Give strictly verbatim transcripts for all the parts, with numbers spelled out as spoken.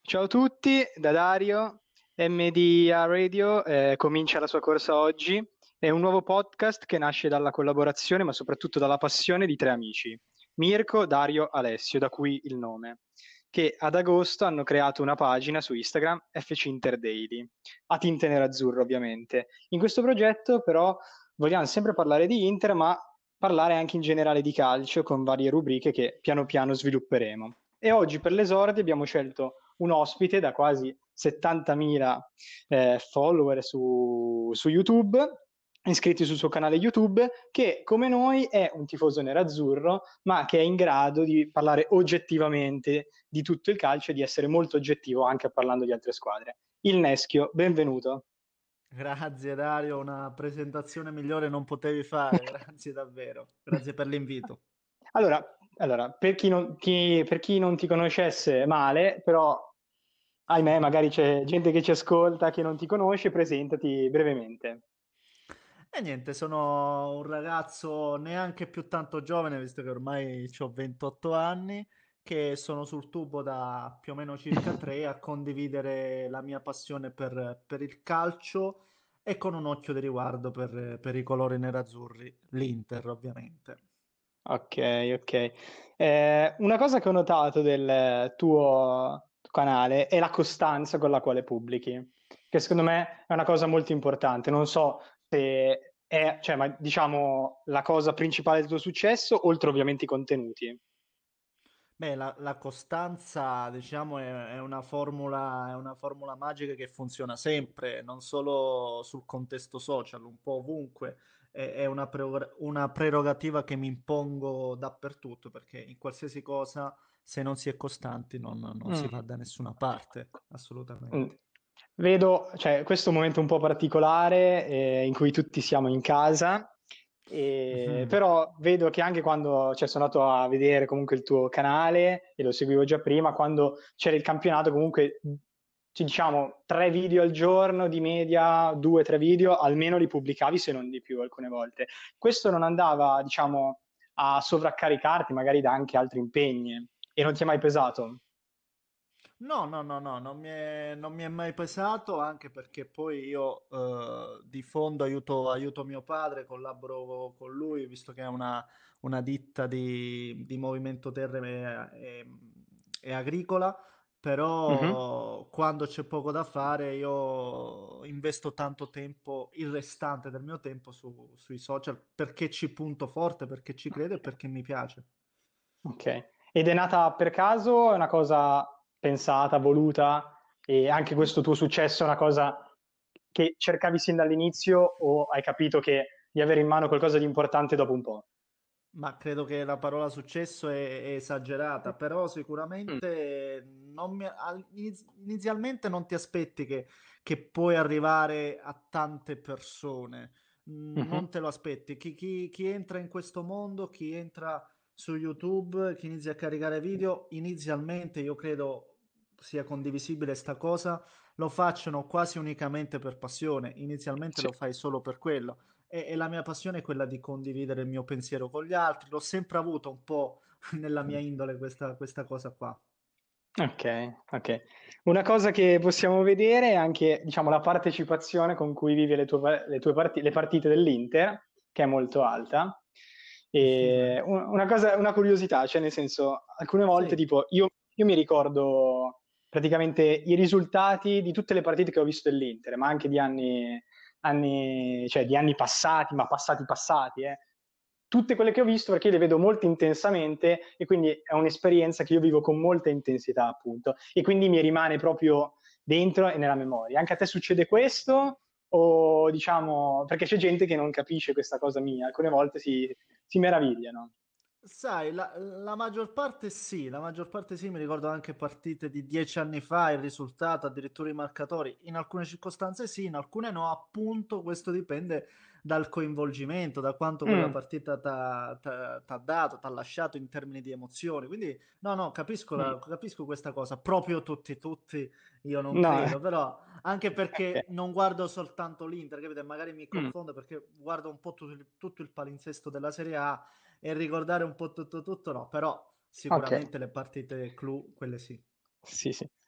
Ciao a tutti, da Dario, M D A Radio eh, comincia la sua corsa oggi. È un nuovo podcast che nasce dalla collaborazione, ma soprattutto dalla passione di tre amici, Mirko, Dario, Alessio, da cui il nome, che ad agosto hanno creato una pagina su Instagram, F C Interdaily, a tinte nerazzurro ovviamente. In questo progetto però vogliamo sempre parlare di Inter, ma parlare anche in generale di calcio con varie rubriche che piano piano svilupperemo. E oggi per l'esordio abbiamo scelto un ospite da quasi settantamila eh, follower su, su YouTube, iscritti sul suo canale YouTube, che come noi è un tifoso nerazzurro, ma che è in grado di parlare oggettivamente di tutto il calcio e di essere molto oggettivo anche parlando di altre squadre. Il Neschio, benvenuto. Grazie Dario, una presentazione migliore non potevi fare, grazie davvero, grazie per l'invito. Allora, allora per chi non, chi- per chi non ti conoscesse male, però ahimè, magari c'è gente che ci ascolta che non ti conosce, presentati brevemente. E niente, sono un ragazzo neanche più tanto giovane, visto che ormai ho ventotto anni, che sono sul tubo da più o meno circa tre a condividere la mia passione per, per il calcio e con un occhio di riguardo per, per i colori nerazzurri, l'Inter ovviamente. Ok, ok. Eh, una cosa che ho notato del tuo canale è la costanza con la quale pubblichi, che secondo me è una cosa molto importante. Non so se è, cioè, ma diciamo la cosa principale del tuo successo, oltre ovviamente i contenuti. Beh, la, la costanza, diciamo, è, è una formula, è una formula magica che funziona sempre, non solo sul contesto social, un po' ovunque. È, è una, prerog- una prerogativa che mi impongo dappertutto, perché in qualsiasi cosa, se non si è costanti, non, non si va Mm. da nessuna parte, Mm. assolutamente. Vedo, cioè, questo è un momento un po' particolare eh, in cui tutti siamo in casa, e- Mhm. però vedo che anche quando cioè, sono andato a vedere comunque il tuo canale e lo seguivo già prima, quando c'era il campionato comunque ci diciamo tre video al giorno di media, due, tre video, almeno li pubblicavi se non di più alcune volte. Questo non andava, diciamo, a sovraccaricarti magari da anche altri impegni e non ti è mai pesato? No, no, no, no, non mi è, non mi è mai pesato, anche perché poi io eh, di fondo aiuto, aiuto mio padre, collaboro con lui, visto che è una, una ditta di, di movimento terre e, e- e agricola, Mhm. però quando c'è poco da fare io investo tanto tempo, il restante del mio tempo su- sui social, perché ci punto forte, perché ci credo e perché mi piace. Ok. Ed è nata per caso, è una cosa pensata, voluta, e anche questo tuo successo è una cosa che cercavi sin dall'inizio o hai capito che di avere in mano qualcosa di importante dopo un po'? Ma credo che la parola successo è, è esagerata, però Mm. sicuramente non mi- al- iniz- inizialmente non ti aspetti che, che puoi arrivare a tante persone. Mm, Mhm. Non te lo aspetti. Chi, chi- chi entra in questo mondo, chi entra su YouTube, chi inizia a caricare video, inizialmente io credo sia condivisibile sta cosa, lo facciano quasi unicamente per passione. Inizialmente Sì. lo fai solo per quello e, e la mia passione è quella di condividere il mio pensiero con gli altri. L'ho sempre avuto un po' nella mia indole questa, questa cosa qua. Ok, ok. Una cosa che possiamo vedere è anche, diciamo, la partecipazione con cui vive le tue, le tue parti- le partite dell'Inter, che è molto alta. E un- una cosa, una curiosità, cioè nel senso, alcune volte, Sì. tipo, io, io mi ricordo praticamente i risultati di tutte le partite che ho visto dell'Inter, ma anche di anni, anni, cioè di anni passati, ma passati passati, eh. Tutte quelle che ho visto perché io le vedo molto intensamente e quindi è un'esperienza che io vivo con molta intensità, appunto, e quindi mi rimane proprio dentro e nella memoria. Anche a te succede questo? O diciamo, perché c'è gente che non capisce questa cosa mia, alcune volte si, si meravigliano. Sai, la, la maggior parte sì, la maggior parte sì, mi ricordo anche partite di dieci anni fa, il risultato, addirittura i marcatori, in alcune circostanze sì, in alcune no, appunto questo dipende dal coinvolgimento, da quanto quella Mm, partita t'ha t'ha- t'ha dato, t'ha lasciato in termini di emozioni, quindi no, no, capisco, mm. la- capisco questa cosa, proprio tutti, tutti, io non No, credo, però anche ok. perché non guardo soltanto l'Inter, capite? Magari mi Mm, confondo perché guardo un po' tutto il tutto il palinsesto della Serie A e ricordare un po' tutto tutto no, però ok. sicuramente le partite clou, quelle sì. Sì, sì.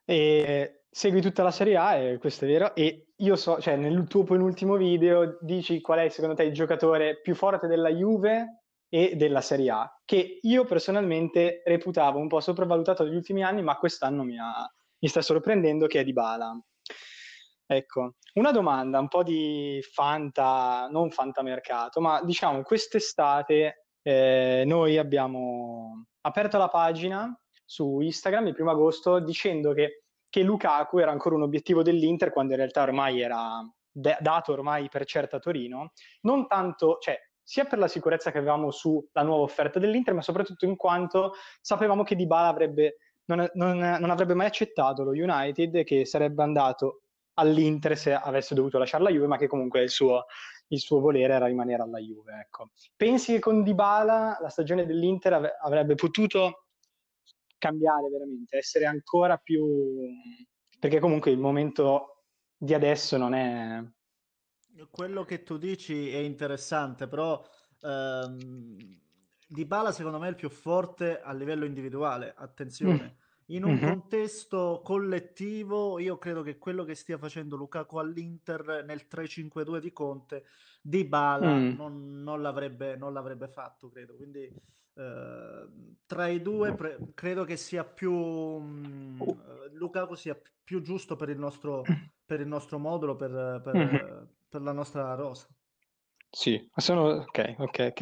E segui tutta la Serie A, e questo è vero, e io so, cioè nel tuo penultimo video dici qual è secondo te il giocatore più forte della Juve e della Serie A, che io personalmente reputavo un po' sopravvalutato negli ultimi anni, ma quest'anno mi, ha- mi sta sorprendendo, che è Dybala. Ecco, una domanda, un po' di fanta, non fantamercato, ma diciamo quest'estate eh, noi abbiamo aperto la pagina su Instagram il primo agosto dicendo che, che Lukaku era ancora un obiettivo dell'Inter, quando in realtà ormai era de- dato ormai per certo a Torino, non tanto, cioè sia per la sicurezza che avevamo sulla nuova offerta dell'Inter, ma soprattutto in quanto sapevamo che Dybala avrebbe, non, non- non avrebbe mai accettato lo United, che sarebbe andato all'Inter se avesse dovuto lasciare la Juve, ma che comunque il suo, il suo volere era rimanere alla Juve. Ecco. Pensi che con Dybala la stagione dell'Inter av- avrebbe potuto cambiare veramente, essere ancora più... perché comunque il momento di adesso non è... Quello che tu dici è interessante, però ehm, Dybala secondo me è il più forte a livello individuale, Mm. attenzione. In un Mhm. contesto collettivo, io credo che quello che stia facendo Lukaku all'Inter nel tre cinque due di Conte, Dybala Mm. non, non l'avrebbe non l'avrebbe fatto, credo. Quindi eh, tra i due pre- credo che sia più mm, eh, Lukaku sia pi- più giusto per il nostro per il nostro modulo, per, Mhm. per- per la nostra rosa. Sì, sono... ok, ok, ok.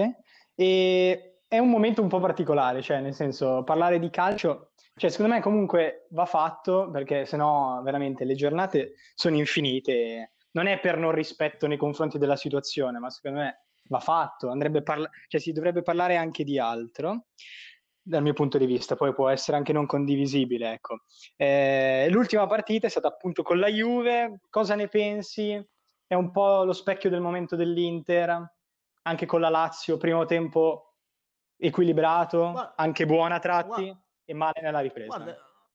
E è un momento un po' particolare, cioè nel senso parlare di calcio, cioè secondo me comunque va fatto perché sennò veramente le giornate sono infinite. Non è per non rispetto nei confronti della situazione, ma secondo me va fatto, andrebbe parla- cioè si dovrebbe parlare anche di altro dal mio punto di vista, poi può essere anche non condivisibile, ecco. Eh, l'ultima partita è stata appunto con la Juve, cosa ne pensi? È un po' lo specchio del momento dell'Inter, anche con la Lazio, primo tempo equilibrato, Guarda, anche buona a tratti guarda, e male nella ripresa. guarda,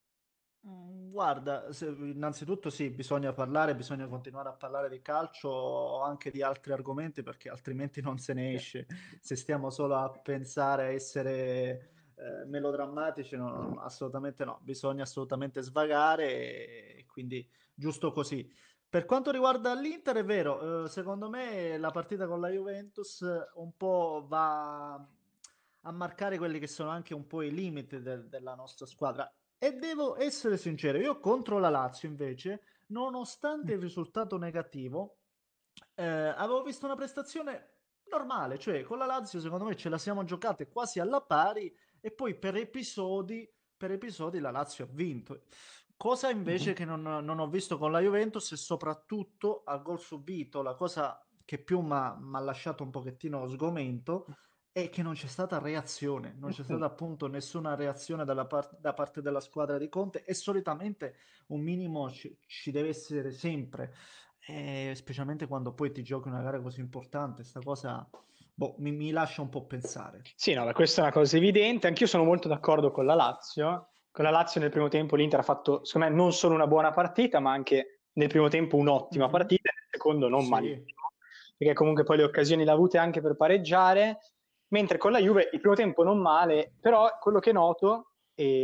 mm, guarda, se- innanzitutto sì, bisogna parlare, bisogna continuare a parlare di calcio o anche di altri argomenti perché altrimenti non se ne Sì. esce. Se stiamo solo a pensare a essere eh, melodrammatici, no, no, no, assolutamente no, bisogna assolutamente svagare e, e quindi giusto così. Per quanto riguarda l'Inter, è vero, eh, secondo me la partita con la Juventus un po' va a marcare quelli che sono anche un po' i limiti del- della nostra squadra. E devo essere sincero, io contro la Lazio invece, nonostante il risultato negativo, eh, avevo visto una prestazione normale, cioè con la Lazio secondo me ce la siamo giocate quasi alla pari e poi per episodi, per episodi la Lazio ha vinto. Cosa invece Mhm. che non, non ho visto con la Juventus e soprattutto al gol subito, la cosa che più mi ha lasciato un pochettino sgomento è che non c'è stata reazione, non c'è Mhm. stata appunto nessuna reazione dalla par- da parte della squadra di Conte e solitamente un minimo ci, ci deve essere sempre, e specialmente quando poi ti giochi una gara così importante, sta cosa boh, mi, mi lascia un po' pensare. Sì, no, beh, questa è una cosa evidente. Anch'io sono molto d'accordo con la Lazio. Con la Lazio nel primo tempo l'Inter ha fatto, secondo me, non solo una buona partita, ma anche nel primo tempo un'ottima Mhm. partita, nel secondo non Sì, malissimo, perché comunque poi le occasioni le ha avute anche per pareggiare, mentre con la Juve il primo tempo non male, però quello che noto,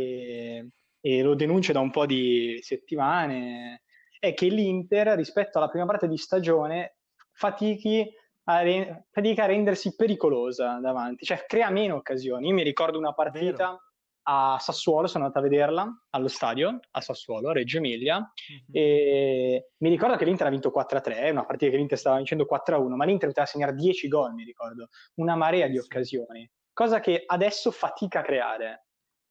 e, e lo denuncio da un po' di settimane, è che l'Inter rispetto alla prima parte di stagione fatichi a, re- fatica a rendersi pericolosa davanti, cioè crea meno occasioni. Io mi ricordo una vero. partita a Sassuolo, sono andato a vederla allo stadio, a Sassuolo, a Reggio Emilia, Mhm. e mi ricordo che l'Inter ha vinto quattro a tre, una partita che l'Inter stava vincendo quattro a uno, ma l'Inter poteva segnare dieci gol, mi ricordo, una marea di Sì. occasioni, cosa che adesso fatica a creare.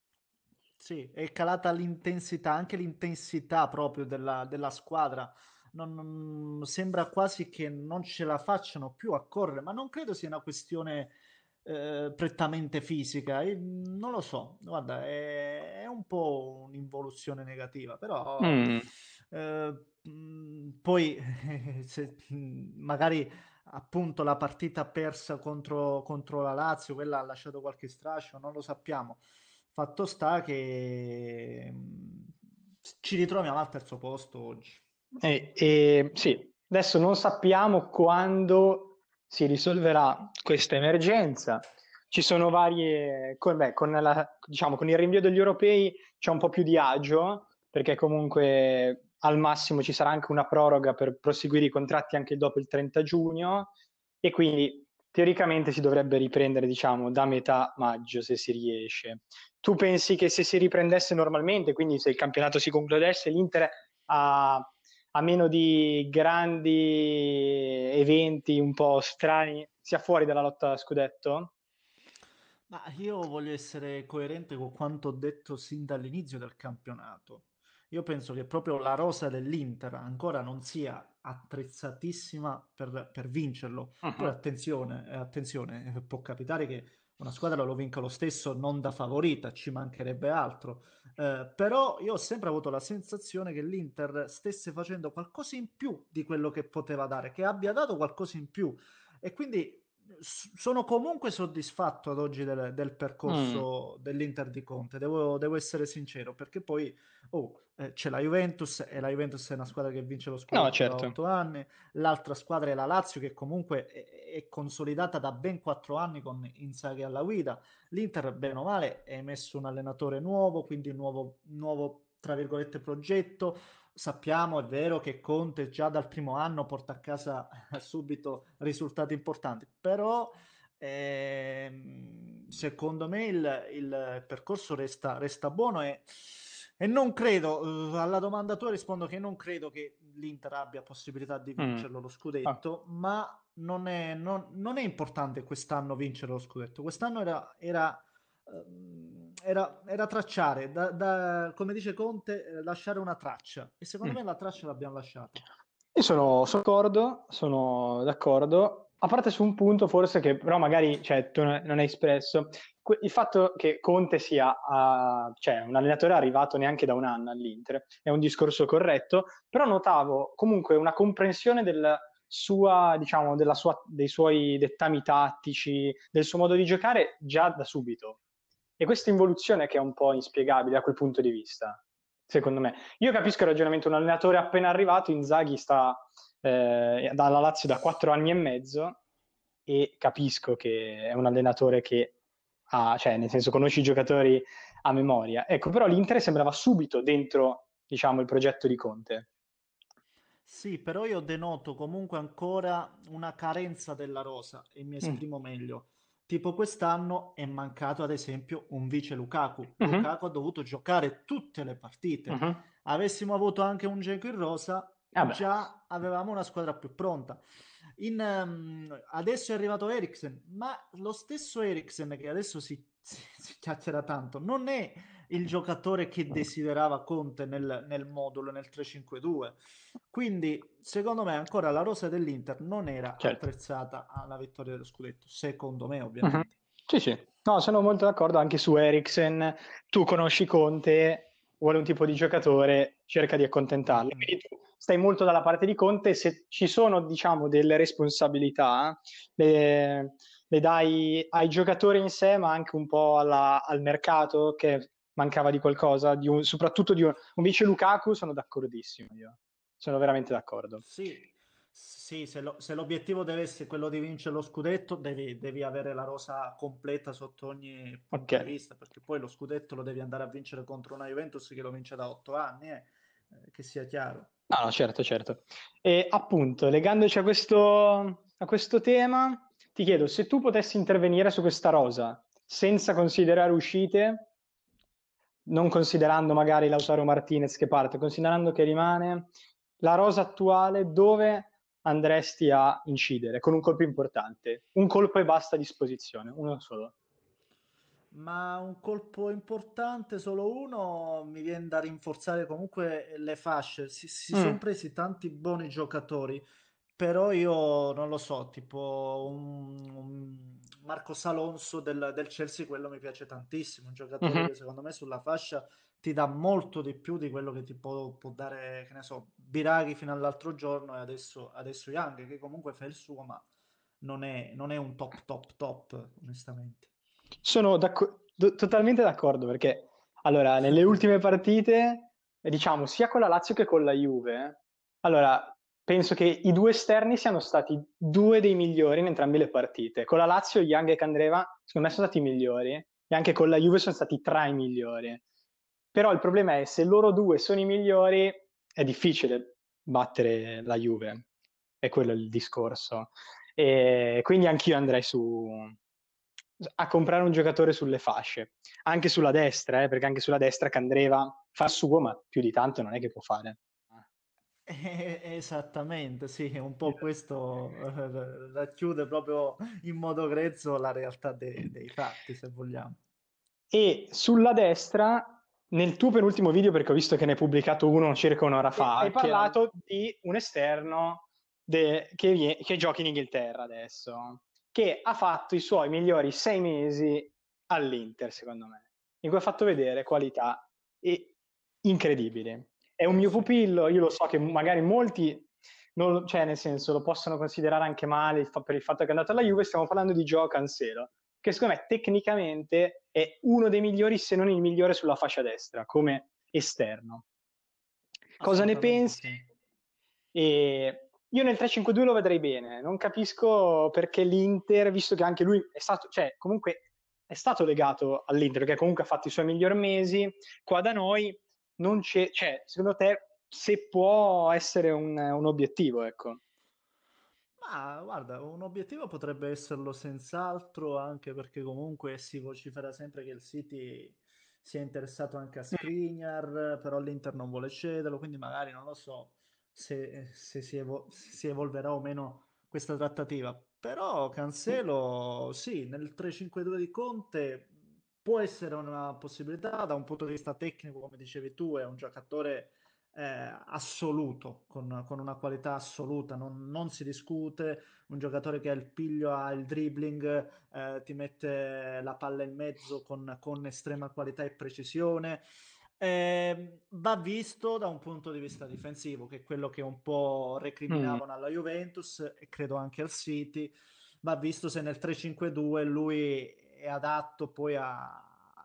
Sì, è calata l'intensità, anche l'intensità proprio della, della squadra. Non- non- sembra quasi che non ce la facciano più a correre, ma non credo sia una questione eh, prettamente fisica. Io non lo so, guarda, è, è un po' un'involuzione negativa, però Mm. eh, mh, poi se- mh, magari appunto la partita persa contro, contro la Lazio, quella ha lasciato qualche strascico, non lo sappiamo. Fatto sta che mh, ci ritroviamo al terzo posto oggi. E, e sì, adesso non sappiamo quando si risolverà questa emergenza. Ci sono varie, con, beh, con la- diciamo, con il rinvio degli europei c'è un po' più di agio, perché comunque al massimo ci sarà anche una proroga per proseguire i contratti anche dopo il trenta giugno e quindi teoricamente si dovrebbe riprendere, diciamo, da metà maggio se si riesce. Tu pensi che se si riprendesse normalmente, quindi se il campionato si concludesse, l'Inter a, a meno di grandi eventi un po' strani sia fuori dalla lotta a scudetto? Ma io voglio essere coerente con quanto ho detto sin dall'inizio del campionato. Io penso che proprio la rosa dell'Inter ancora non sia attrezzatissima per, per vincerlo. Poi Mhm. attenzione, eh, attenzione, eh, può capitare che una squadra lo vinca lo stesso non da favorita, ci mancherebbe altro. Eh, però io ho sempre avuto la sensazione che l'Inter stesse facendo qualcosa in più di quello che poteva dare, che abbia dato qualcosa in più. E quindi s- sono comunque soddisfatto ad oggi del, del Mm. percorso dell'Inter di Conte, devo, devo essere sincero, perché poi oh, eh, c'è la Juventus e la Juventus è una squadra che vince lo No, scudetto da certo. otto anni, l'altra squadra è la Lazio che comunque è, è consolidata da ben quattro anni con Inzaghi alla guida. L'Inter, bene o male, è messo un allenatore nuovo, quindi un nuovo, nuovo tra virgolette, progetto. Sappiamo, è vero, che Conte già dal primo anno porta a casa subito risultati importanti, però ehm, secondo me il, il percorso resta, resta buono e, e non credo, eh, alla domanda tua rispondo che non credo che l'Inter abbia possibilità di Mm. vincerlo lo Ah. scudetto, ma non è, non- non è importante quest'anno vincere lo scudetto. Quest'anno era, era, ehm, era- era tracciare, da- da- come dice Conte, eh, lasciare una traccia. E secondo Mm. me la traccia l'abbiamo lasciata. Io sono, sono d'accordo, sono d'accordo, a parte su un punto forse che però magari cioè, tu non non hai espresso, que- il fatto che Conte sia a- cioè, un allenatore arrivato neanche da un anno all'Inter è un discorso corretto, però notavo comunque una comprensione del sua, diciamo, della sua- dei suoi dettami tattici, del suo modo di giocare già da subito. E questa involuzione che è un po' inspiegabile da quel punto di vista, secondo me. Io capisco il ragionamento, un allenatore appena arrivato, Inzaghi sta eh, dalla Lazio da quattro anni e mezzo e capisco che è un allenatore che ha, cioè nel senso conosce i giocatori a memoria. Ecco, però l'Inter sembrava subito dentro, diciamo, il progetto di Conte. Sì, però io denoto comunque ancora una carenza della rosa e mi Mm. esprimo meglio. Tipo quest'anno è mancato ad esempio un vice Lukaku. Mhm. Lukaku ha dovuto giocare tutte le partite. Mhm. Avessimo avuto anche un Dzeko in rosa, Vabbè, già avevamo una squadra più pronta. In, ehm, adesso è arrivato Eriksen, ma lo stesso Eriksen che adesso si, si, si chiacchiera tanto, non è il giocatore che desiderava Conte nel, nel modulo, nel tre cinque due. Quindi, secondo me, ancora la rosa dell'Inter non era certo. attrezzata alla vittoria dello scudetto. Secondo me, Mhm. ovviamente. Sì, sì. No, sono molto d'accordo anche su Eriksen. Tu conosci Conte, vuole un tipo di giocatore, cerca di accontentarlo. Mhm. Quindi tu stai molto dalla parte di Conte. Se ci sono, diciamo, delle responsabilità, le, le dai ai giocatori in sé, ma anche un po' alla- al mercato che mancava di qualcosa, di un- soprattutto di un, un vice Lukaku, sono d'accordissimo io. Sono veramente d'accordo. Sì, sì, se, lo- se l'obiettivo deve essere quello di vincere lo scudetto, devi, devi avere la rosa completa sotto ogni Ok. punto di vista, perché poi lo scudetto lo devi andare a vincere contro una Juventus che lo vince da otto anni, eh, eh, che sia chiaro. No, no, certo, certo. E appunto, legandoci a questo, a questo tema, ti chiedo se tu potessi intervenire su questa rosa senza considerare uscite, non considerando magari Lautaro Martinez che parte, considerando che rimane la rosa attuale, dove andresti a incidere con un colpo importante? Un colpo e basta a disposizione, uno solo. Ma un colpo importante, solo uno, mi viene da rinforzare comunque le fasce. Si, si sono Mm. presi tanti buoni giocatori, però io non lo so, tipo un, un Marcos Alonso del, del Chelsea, quello mi piace tantissimo, un giocatore Mhm. che secondo me sulla fascia ti dà molto di più di quello che ti può, può dare, che ne so, Biraghi fino all'altro giorno e adesso, adesso Young, che comunque fa il suo, ma non è, non è un top top top, onestamente. Sono d'acco- do- totalmente d'accordo perché, allora, nelle ultime partite, eh, diciamo, sia con la Lazio che con la Juve, eh, allora, penso che i due esterni siano stati due dei migliori in entrambe le partite. Con la Lazio, Young e Candreva, secondo me, sono stati i migliori, e anche con la Juve sono stati tra i migliori. Però il problema è se loro due sono i migliori, è difficile battere la Juve. È quello il discorso. E quindi anch'io andrei su a comprare un giocatore sulle fasce, anche sulla destra, eh, perché anche sulla destra Candreva fa il suo, ma più di tanto non è che può fare. Eh, Esattamente, sì, un po' questo eh, racchiude proprio in modo grezzo la realtà de- dei fatti, se vogliamo. E sulla destra, nel tuo penultimo video, perché ho visto che ne hai pubblicato uno circa un'ora E- fa, hai che era... parlato di un esterno de- che, vie- che gioca in Inghilterra adesso, che ha fatto i suoi migliori sei mesi all'Inter, secondo me, in cui ha fatto vedere qualità e- incredibili. È un mio Sì. pupillo, io lo so che magari molti, non lo- cioè nel senso, lo possono considerare anche male il fa- per il fatto che è andato alla Juve, stiamo parlando di Joao Cancelo che secondo me tecnicamente è uno dei migliori, se non il migliore sulla fascia destra, come esterno. Cosa ne Assolutamente pensi? sì. E io nel tre cinque due lo vedrei bene, non capisco perché l'Inter, visto che anche lui è stato, cioè comunque è stato legato all'Inter, perché comunque ha fatto i suoi migliori mesi, qua da noi non c'è, cioè secondo te se può essere un, un obiettivo, ecco. Ma guarda, un obiettivo potrebbe esserlo senz'altro, anche perché comunque si vocifera sempre che il City sia interessato anche a Skriniar, però l'Inter non vuole cederlo, quindi magari non lo so se, se si, evo- se si evolverà o meno questa trattativa. Però Cancelo, sì, nel tre cinque due di Conte può essere una possibilità da un punto di vista tecnico, come dicevi tu, è un giocatore eh, assoluto, con, con una qualità assoluta, non, non si discute, un giocatore che ha il piglio, ha il dribbling, eh, ti mette la palla in mezzo con, con estrema qualità e precisione. Eh, va visto da un punto di vista difensivo, che è quello che un po' Mm. recriminavano alla Juventus e credo anche al City. Va visto se nel tre cinque due lui è adatto poi a,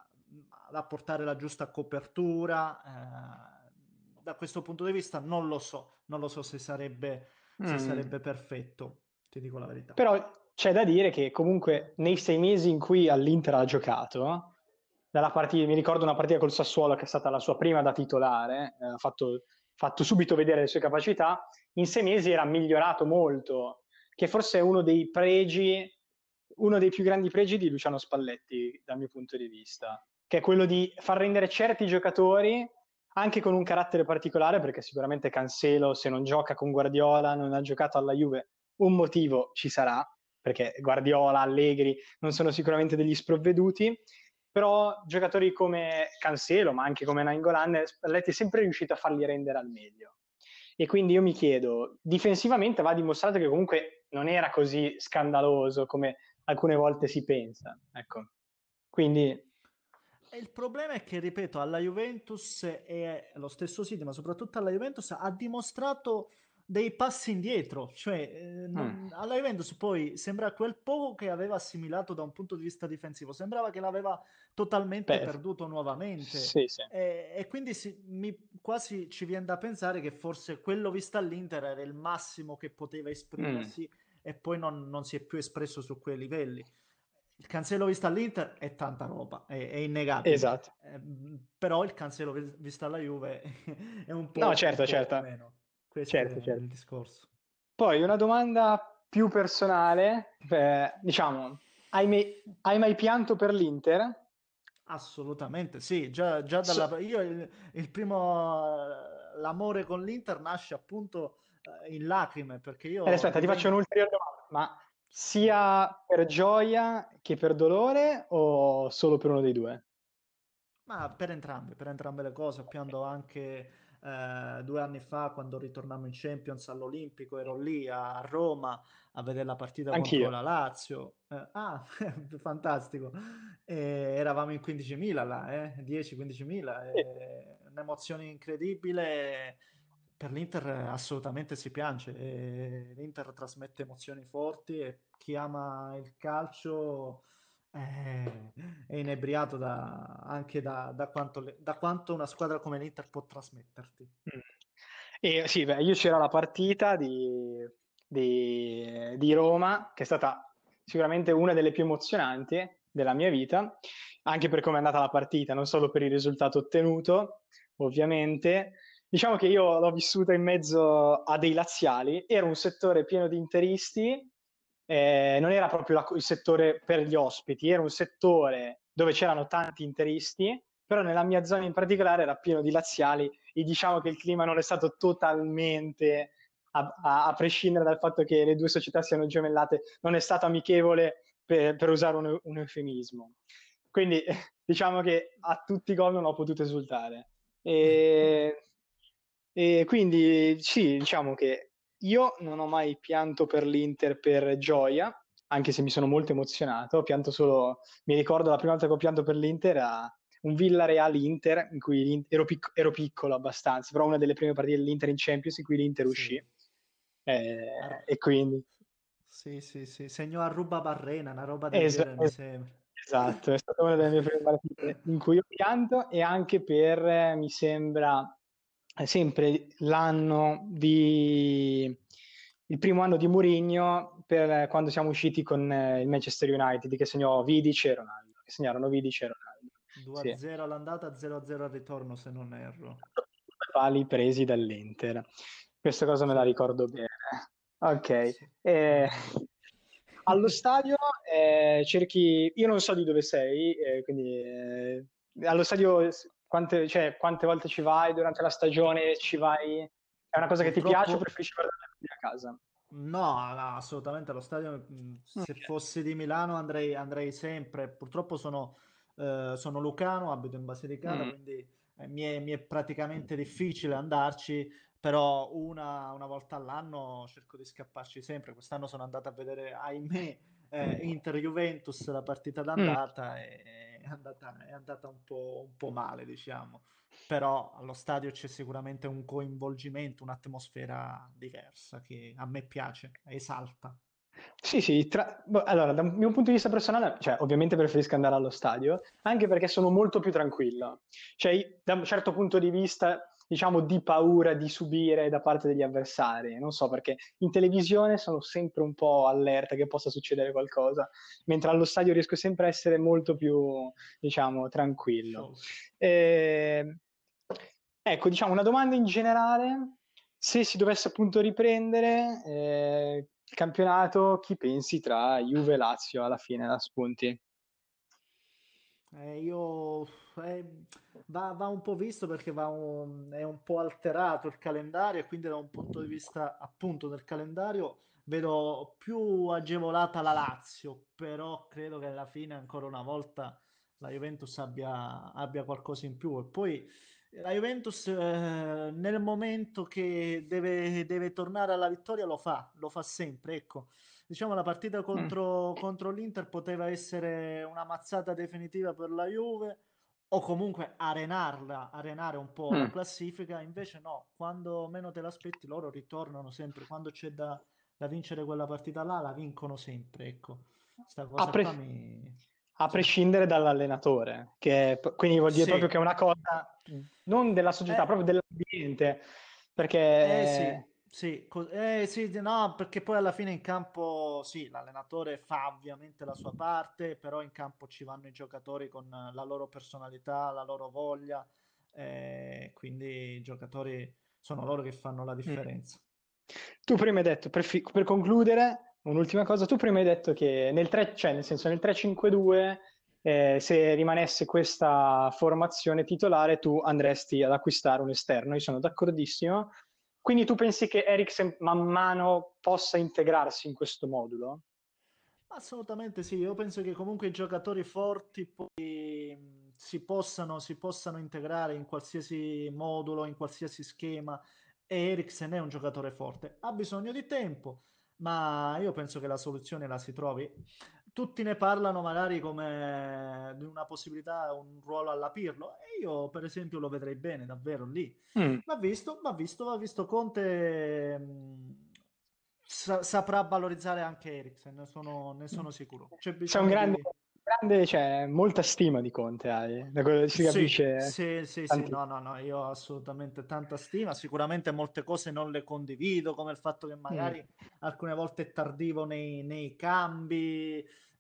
ad apportare la giusta copertura. Eh, da questo punto di vista non lo so, non lo so se sarebbe, se Mm. sarebbe perfetto, ti dico la verità. Però c'è da dire che comunque nei sei mesi in cui all'Inter ha giocato, dalla partita, mi ricordo una partita col Sassuolo che è stata la sua prima da titolare, eh, ha fatto, fatto subito vedere le sue capacità, in sei mesi era migliorato molto, che forse è uno dei pregi, uno dei più grandi pregi di Luciano Spalletti dal mio punto di vista, che è quello di far rendere certi giocatori anche con un carattere particolare, perché sicuramente Cancelo se non gioca con Guardiola, non ha giocato alla Juve, un motivo ci sarà, perché Guardiola, Allegri non sono sicuramente degli sprovveduti, però giocatori come Cancelo, ma anche come Nainggolan, Spalletti è sempre riuscito a farli rendere al meglio. E quindi io mi chiedo, difensivamente va dimostrato che comunque non era così scandaloso come alcune volte si pensa. Ecco. Quindi, E il problema è che, ripeto, alla Juventus e allo stesso City, ma soprattutto alla Juventus, ha dimostrato dei passi indietro. Cioè, eh, mm, non- alla Juventus poi sembra quel poco che aveva assimilato da un punto di vista difensivo, sembrava che l'aveva totalmente beh, perduto nuovamente. sì, sì. E, e quindi si- mi- quasi ci viene da pensare che forse quello visto all'Inter era il massimo che poteva Mm, esprimersi e poi non non si è più espresso su quei livelli. Il Cancelo visto all'Inter è tanta roba, è, è innegabile. esatto. Eh, però il Cancelo vis- visto alla Juve è un No, po', un certo, po' certo, meno. Questo certo, è certo. il discorso. Poi una domanda più personale, eh, diciamo, hai mai, hai mai pianto per l'Inter? Assolutamente, sì, già, già So- dalla... Io il, il primo... eh, L'amore con l'Inter nasce appunto eh, in lacrime, perché eh, io aspetta, ti faccio vivendo... un'ulteriore domanda, ma sia per gioia che per dolore o solo per uno dei due? Ma per entrambe, per entrambe le cose, piando anche eh, due anni fa quando ritornammo in Champions all'Olimpico, ero lì a Roma a vedere la partita contro Anch'io. la Lazio. Eh, ah, fantastico! E eravamo in quindicimila là, eh? dieci-quindicimila, Sì. eh, un'emozione incredibile. Per l'Inter assolutamente si piange, e l'Inter trasmette emozioni forti e chi ama il calcio è, è inebriato da- anche da, da quanto, le- da quanto una squadra come l'Inter può trasmetterti. Mm. E sì, beh, io c'era la partita di, di- di Roma, che è stata sicuramente una delle più emozionanti, della mia vita, anche per come è andata la partita, non solo per il risultato ottenuto, ovviamente. Diciamo che io l'ho vissuta in mezzo a dei laziali, era un settore pieno di interisti, eh, non era proprio la- il settore per gli ospiti, era un settore dove c'erano tanti interisti, però nella mia zona in particolare era pieno di laziali e diciamo che il clima non è stato totalmente, a, a- a prescindere dal fatto che le due società siano gemellate, non è stato amichevole per, per usare un, un eufemismo. Quindi diciamo che a tutti i gol non ho potuto esultare. E, e quindi sì, diciamo che io non ho mai pianto per l'Inter per gioia, anche se mi sono molto emozionato. Ho pianto solo, mi ricordo la prima volta che ho pianto per l'Inter a un Villarreal-Inter, in cui l'In- ero, pic- ero piccolo abbastanza, però una delle prime partite dell'Inter in Champions in cui l'Inter Sì. uscì. Eh, Ar- e quindi Sì, sì, sì, segnò a Ruba Barrena, una roba del Es- genere, mi es- sembra. esatto, è stata una delle mie prime partite in cui ho pianto e anche per, eh, mi sembra, è sempre l'anno di, il primo anno di Mourinho per eh, quando siamo usciti con eh, il Manchester United, che segnò Vidic e Ronaldo, che segnarono Vidic e Ronaldo. due a Sì. zero all'andata, zero a zero al ritorno, se non erro. Due pali presi dall'Inter. Questa cosa me la Sì, ricordo bene. Ok. sì. Eh, Mm. allo stadio eh, cerchi, io non so di dove sei, eh, quindi eh, allo stadio quante, cioè, quante volte ci vai durante la stagione? Ci vai? È una cosa che ti piace o Purtroppo preferisci guardare a casa? no, no, assolutamente allo stadio, mh, se Ok. fossi di Milano andrei, andrei sempre. Purtroppo sono, eh, sono lucano, abito in Basilicata, Mm. quindi eh, mi è, mi è praticamente difficile andarci, però una, una volta all'anno cerco di scapparci sempre. Quest'anno sono andato a vedere, ahimè, eh, Inter-Juventus, la partita Mm. d'andata, e è andata, è andata un po', un po' male, diciamo. Però allo stadio c'è sicuramente un coinvolgimento, un'atmosfera diversa che a me piace, esalta. Sì, sì, tra- boh, allora, dal mio punto di vista personale, cioè, ovviamente preferisco andare allo stadio, anche perché sono molto più tranquillo. Cioè, da un certo punto di vista, diciamo, di paura di subire da parte degli avversari. Non so, perché in televisione sono sempre un po' allerta che possa succedere qualcosa, mentre allo stadio riesco sempre a essere molto più, diciamo, tranquillo. Sciolto. Eh, ecco, diciamo, una domanda in generale, se si dovesse appunto riprendere eh, il campionato, chi pensi tra Juve e Lazio alla fine da spunti? Eh, io eh, va, va un po' visto perché va un- è un po' alterato il calendario e quindi da un punto di vista appunto del calendario vedo più agevolata la Lazio, però credo che alla fine ancora una volta la Juventus abbia, abbia qualcosa in più. E poi la Juventus eh, nel momento che deve, deve tornare alla vittoria lo fa, lo fa sempre, ecco. Diciamo la partita Mm. contro, contro l'Inter poteva essere una mazzata definitiva per la Juve o comunque arenarla, arenare un po' la Mm. classifica, invece no, quando meno te l'aspetti loro ritornano sempre, quando c'è da, da vincere quella partita là la vincono sempre, ecco, sta A, cosa qua pre- mi... a Sì, prescindere dall'allenatore, che è- quindi vuol dire proprio sì. che è una cosa non della società, Eh, proprio dell'ambiente, Eh sì, perché sì, co- eh sì, di- no, perché poi alla fine in campo sì, l'allenatore fa ovviamente la sua parte, però in campo ci vanno i giocatori con la loro personalità, la loro voglia, eh, quindi i giocatori sono loro che fanno la mm. differenza. Tu prima hai detto, per, fi- per concludere, un'ultima cosa, tu prima hai detto che nel tre, cioè nel senso nel tre cinque due, eh, se rimanesse questa formazione titolare, tu andresti ad acquistare un esterno, io sono d'accordissimo. Quindi tu pensi che Eriksen man mano possa integrarsi in questo modulo? Assolutamente sì, io penso che comunque i giocatori forti poi mh, si possano, si possano integrare in qualsiasi modulo, in qualsiasi schema e Eriksen è un giocatore forte. Ha bisogno di tempo, ma io penso che la soluzione la si trovi. Tutti ne parlano magari come di una possibilità, un ruolo alla Pirlo e io per esempio lo vedrei bene davvero lì. Mm. Va visto, va visto, va visto. Conte mh, sa- saprà valorizzare anche Eriksen, ne sono, ne sono sicuro. C'è C'è un bisogno grande, di... grande, cioè, molta stima di Conte, hai, da quello che si Sì, capisce. sì, sì, sì, Tanti. no, no, no, io ho assolutamente tanta stima. Sicuramente molte cose non le condivido, come il fatto che Mm. magari alcune volte è tardivo nei, nei cambi,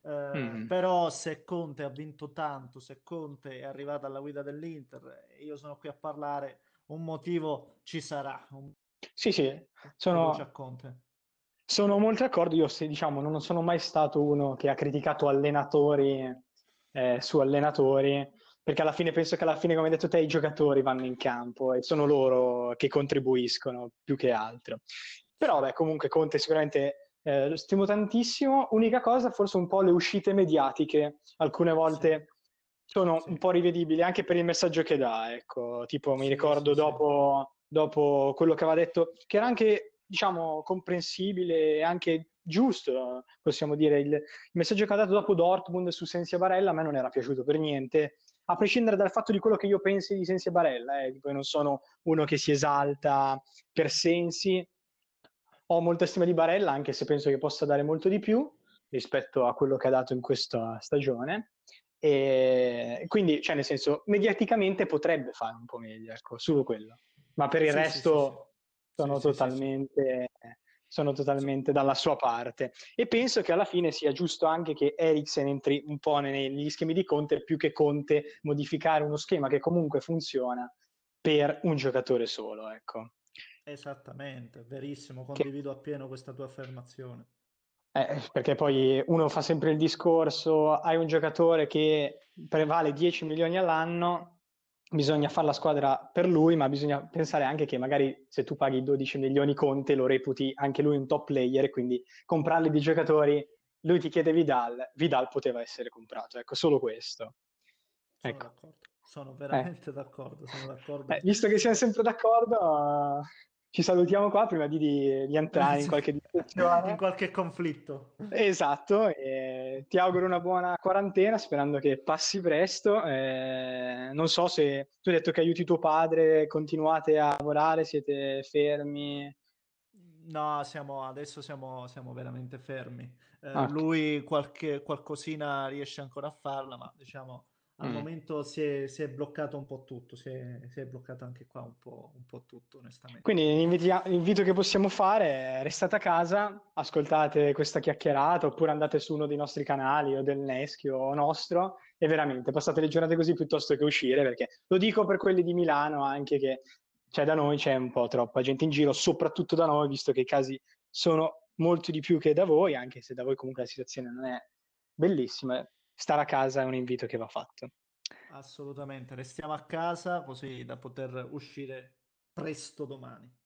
Eh, Mm. però se Conte ha vinto tanto, se Conte è arrivato alla guida dell'Inter, e io sono qui a parlare, un motivo ci sarà, un Sì, sì, fiducia a sono, Conte. sono molto d'accordo. Io, se, diciamo, non sono mai stato uno che ha criticato allenatori eh, su allenatori, perché alla fine penso che alla fine, come hai detto te, i giocatori vanno in campo e sono loro che contribuiscono più che altro. Però, Sì, beh, comunque Conte sicuramente eh, lo stimo tantissimo. Unica cosa, forse un po' le uscite mediatiche, alcune sì, volte sono un sì, po' rivedibili anche per il messaggio che dà, ecco, tipo mi sì, sì, ricordo sì. dopo, dopo quello che aveva detto, che era anche, diciamo, comprensibile e anche giusto, possiamo dire, il, il messaggio che ha dato dopo Dortmund su Sensi e Barella a me non era piaciuto per niente, a prescindere dal fatto di quello che io pensi di Sensi e Barella, eh, poi non sono uno che si esalta per Sensi, ho molta stima di Barella, anche se penso che possa dare molto di più rispetto a quello che ha dato in questa stagione. E quindi, cioè, nel senso, mediaticamente potrebbe fare un po' meglio, ecco, solo quello. Ma per il Sì, sì, sì, sì. resto Sì, sono sì, sì, sì. totalmente, sono So- totalmente dalla sua parte. E penso che alla fine sia giusto anche che Eriksen entri un po' negli schemi di Conte, più che Conte modificare uno schema che comunque funziona per un giocatore solo, ecco. Esattamente, verissimo, Che condivido appieno questa tua affermazione. Eh, perché poi uno fa sempre il discorso, hai un giocatore che prevale dieci milioni all'anno, bisogna fare la squadra per lui, ma bisogna pensare anche che magari se tu paghi dodici milioni Conte lo reputi anche lui un top player, e quindi comprarli di giocatori, lui ti chiede Vidal, Vidal poteva essere comprato, ecco, solo questo. Sono Ecco. d'accordo, sono Eh. veramente d'accordo, sono Eh, d'accordo. visto che siamo Eh, sempre d'accordo, eh, ci salutiamo qua prima di, di- di entrare in sì, qualche in discussione. qualche conflitto. Esatto, e ti auguro una buona quarantena, sperando che passi presto. Eh, non so se tu hai detto che aiuti tuo padre, continuate a lavorare, siete fermi. No, siamo, adesso siamo, siamo veramente fermi. Eh, Ok. lui qualche, qualcosina riesce ancora a farla, ma diciamo al Mm. momento si è, si è bloccato un po' tutto, si è, si è bloccato anche qua un po', un po' tutto, onestamente. Quindi l'inviti- l'invito che possiamo fare è restate a casa, ascoltate questa chiacchierata oppure andate su uno dei nostri canali o del Neschio o nostro e veramente passate le giornate così piuttosto che uscire, perché lo dico per quelli di Milano anche che c'è da noi c'è un po' troppa gente in giro, soprattutto da noi, visto che i casi sono molti di più che da voi, anche se da voi comunque la situazione non è bellissima. Stare a casa è un invito che va fatto. Assolutamente, restiamo a casa così da poter uscire presto domani.